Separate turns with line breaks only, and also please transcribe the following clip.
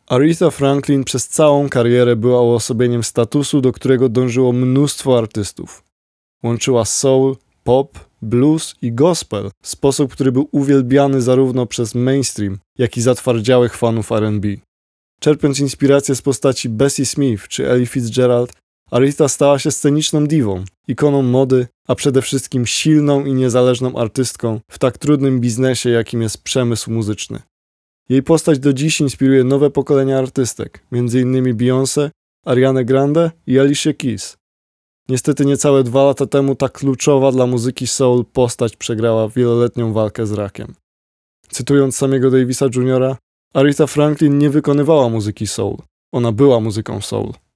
Aretha Franklin przez całą karierę była uosobieniem statusu, do którego dążyło mnóstwo artystów. Łączyła soul, pop, blues i gospel w sposób, który był uwielbiany zarówno przez mainstream, jak i zatwardziałych fanów R&B. Czerpiąc inspirację z postaci Bessie Smith czy Ella Fitzgerald, Aretha stała się sceniczną diwą, ikoną mody, a przede wszystkim silną i niezależną artystką w tak trudnym biznesie, jakim jest przemysł muzyczny. Jej postać do dziś inspiruje nowe pokolenia artystek, m.in. Beyoncé, Arianę Grande i Alicia Keys. Niestety niecałe 2 lata temu ta kluczowa dla muzyki soul postać przegrała wieloletnią walkę z rakiem. Cytując samego Davisa Jr., Aretha Franklin nie wykonywała muzyki soul, ona była muzyką soul.